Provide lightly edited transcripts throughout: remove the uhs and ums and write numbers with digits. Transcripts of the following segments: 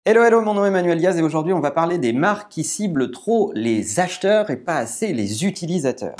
Hello, hello, mon nom est Emmanuel Diaz et aujourd'hui on va parler des marques qui ciblent trop les acheteurs et pas assez les utilisateurs.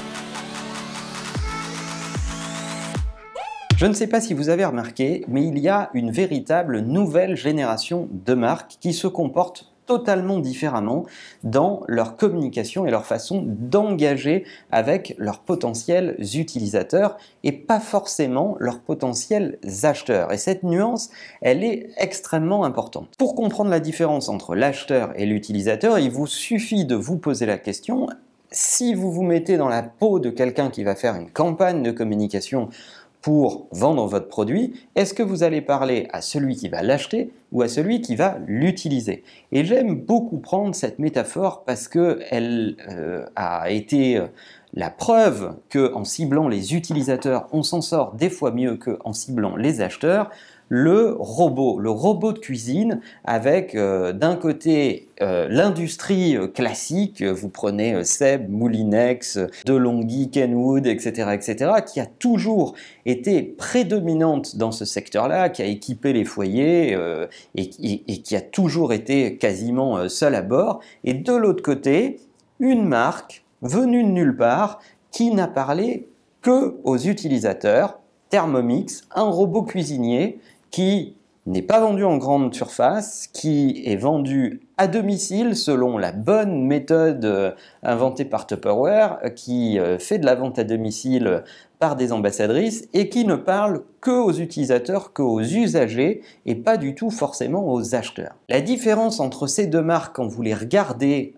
Je ne sais pas si vous avez remarqué, mais il y a une véritable nouvelle génération de marques qui se comportent totalement différemment dans leur communication et leur façon d'engager avec leurs potentiels utilisateurs et pas forcément leurs potentiels acheteurs. Et cette nuance, elle est extrêmement importante. Pour comprendre la différence entre l'acheteur et l'utilisateur, il vous suffit de vous poser la question: si vous vous mettez dans la peau de quelqu'un qui va faire une campagne de communication pour vendre votre produit, est-ce que vous allez parler à celui qui va l'acheter ou à celui qui va l'utiliser? Et j'aime beaucoup prendre cette métaphore parce qu'elle a été la preuve qu'en ciblant les utilisateurs, on s'en sort des fois mieux qu'en ciblant les acheteurs. Le robot de cuisine avec d'un côté l'industrie classique, vous prenez Seb, Moulinex, DeLonghi, Kenwood, etc., qui a toujours été prédominante dans ce secteur-là, qui a équipé les foyers et qui a toujours été quasiment seul à bord. Et de l'autre côté, une marque venue de nulle part qui n'a parlé que aux utilisateurs, Thermomix, un robot cuisinier qui n'est pas vendu en grande surface, qui est vendu à domicile selon la bonne méthode inventée par Tupperware, qui fait de la vente à domicile par des ambassadrices et qui ne parle que aux utilisateurs, que aux usagers et pas du tout forcément aux acheteurs. La différence entre ces deux marques, quand vous les regardez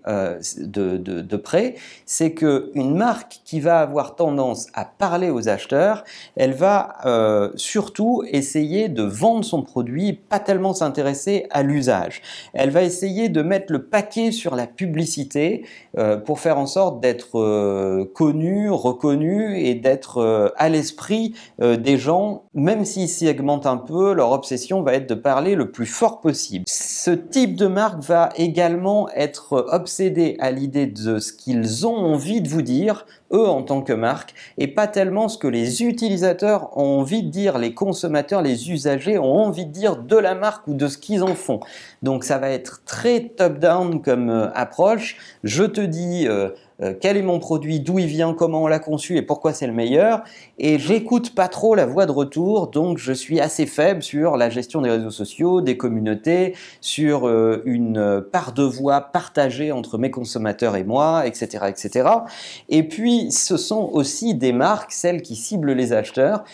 de près, c'est qu'une marque qui va avoir tendance à parler aux acheteurs, elle va surtout essayer de vendre son produit, pas tellement s'intéresser à l'usage. Elle va essayer de mettre le paquet sur la publicité pour faire en sorte d'être connue, reconnue et d'être à l'esprit des gens. Même s'ils segmentent un peu, leur obsession va être de parler le plus fort possible. Ce type de marque va également être obsédé à l'idée de ce qu'ils ont envie de vous dire, eux en tant que marque, et pas tellement ce que les utilisateurs ont envie de dire, les consommateurs, les usagers ont envie de dire de la marque ou de ce qu'ils en font. Donc ça va être très top-down comme approche. Je te dis quel est mon produit, d'où il vient, comment on l'a conçu et pourquoi c'est le meilleur. Et j'écoute pas trop la voix de retour, donc je suis assez faible sur la gestion des réseaux sociaux, des communautés, sur une part de voix partagée entre mes consommateurs et moi, etc., etc. Et puis, ce sont aussi des marques, celles qui ciblent les acheteurs,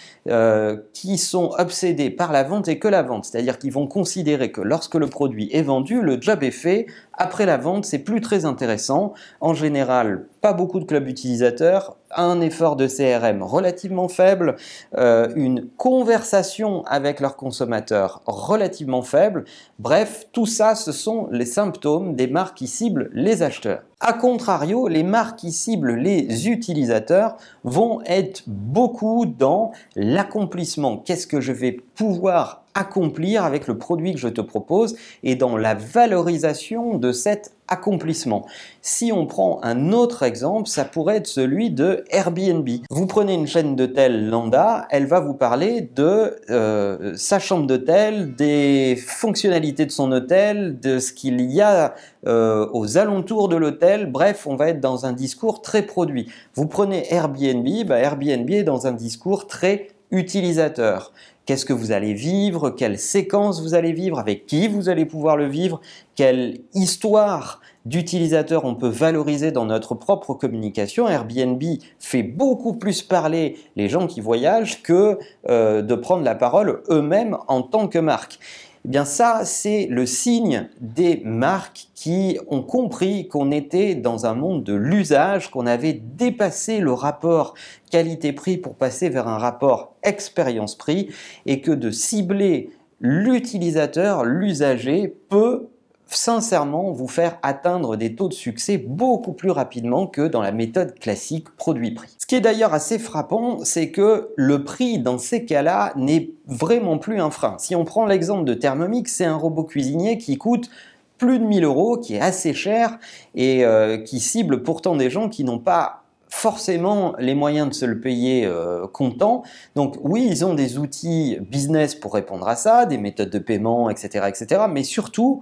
qui sont obsédées par la vente et que la vente. C'est-à-dire qu'ils vont considérer que lorsque le produit est vendu, le job est fait. Après la vente, c'est plus très intéressant. En général, pas beaucoup de clubs utilisateurs, un effort de CRM relativement faible, une conversation avec leurs consommateurs relativement faible. Bref, tout ça, ce sont les symptômes des marques qui ciblent les acheteurs. A contrario, les marques qui ciblent les utilisateurs vont être beaucoup dans l'accomplissement. Qu'est-ce que je vais pouvoir accomplir avec le produit que je te propose et dans la valorisation de cet accomplissement. Si on prend un autre exemple, ça pourrait être celui de Airbnb. Vous prenez une chaîne d'hôtels lambda, elle va vous parler de sa chambre d'hôtel, des fonctionnalités de son hôtel, de ce qu'il y a aux alentours de l'hôtel. Bref, on va être dans un discours très produit. Vous prenez Airbnb, Airbnb est dans un discours très utilisateur. Qu'est-ce que vous allez vivre, quelle séquence vous allez vivre, avec qui vous allez pouvoir le vivre, quelle histoire d'utilisateur on peut valoriser dans notre propre communication. Airbnb fait beaucoup plus parler les gens qui voyagent que de prendre la parole eux-mêmes en tant que marque. Eh bien ça, c'est le signe des marques qui ont compris qu'on était dans un monde de l'usage, qu'on avait dépassé le rapport qualité-prix pour passer vers un rapport expérience-prix et que de cibler l'utilisateur, l'usager, peut sincèrement vous faire atteindre des taux de succès beaucoup plus rapidement que dans la méthode classique produit-prix. Ce qui est d'ailleurs assez frappant, c'est que le prix dans ces cas-là n'est vraiment plus un frein. Si on prend l'exemple de Thermomix, c'est un robot cuisinier qui coûte plus de 1000 €, qui est assez cher et qui cible pourtant des gens qui n'ont pas forcément les moyens de se le payer comptant. Donc oui, ils ont des outils business pour répondre à ça, des méthodes de paiement, etc., mais surtout,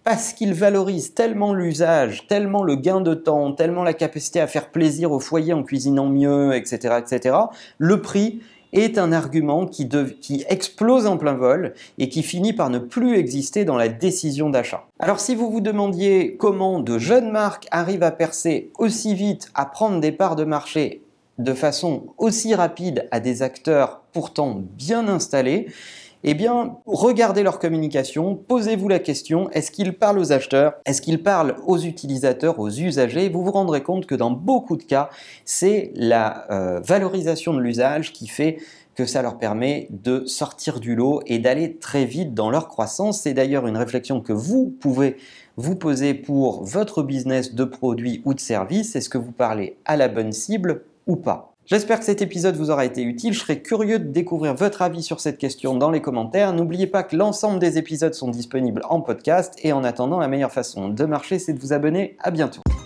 parce qu'ils valorisent tellement l'usage, tellement le gain de temps, tellement la capacité à faire plaisir au foyer en cuisinant mieux, etc., le prix est un argument qui explose en plein vol et qui finit par ne plus exister dans la décision d'achat. Alors si vous vous demandiez comment de jeunes marques arrivent à percer aussi vite, à prendre des parts de marché de façon aussi rapide à des acteurs pourtant bien installés, eh bien, regardez leur communication, posez-vous la question, est-ce qu'ils parlent aux acheteurs? Est-ce qu'ils parlent aux utilisateurs, aux usagers? Vous vous rendrez compte que dans beaucoup de cas, c'est la valorisation de l'usage qui fait que ça leur permet de sortir du lot et d'aller très vite dans leur croissance. C'est d'ailleurs une réflexion que vous pouvez vous poser pour votre business de produits ou de services. Est-ce que vous parlez à la bonne cible ou pas? J'espère que cet épisode vous aura été utile. Je serais curieux de découvrir votre avis sur cette question dans les commentaires. N'oubliez pas que l'ensemble des épisodes sont disponibles en podcast et en attendant, la meilleure façon de marcher, c'est de vous abonner. À bientôt.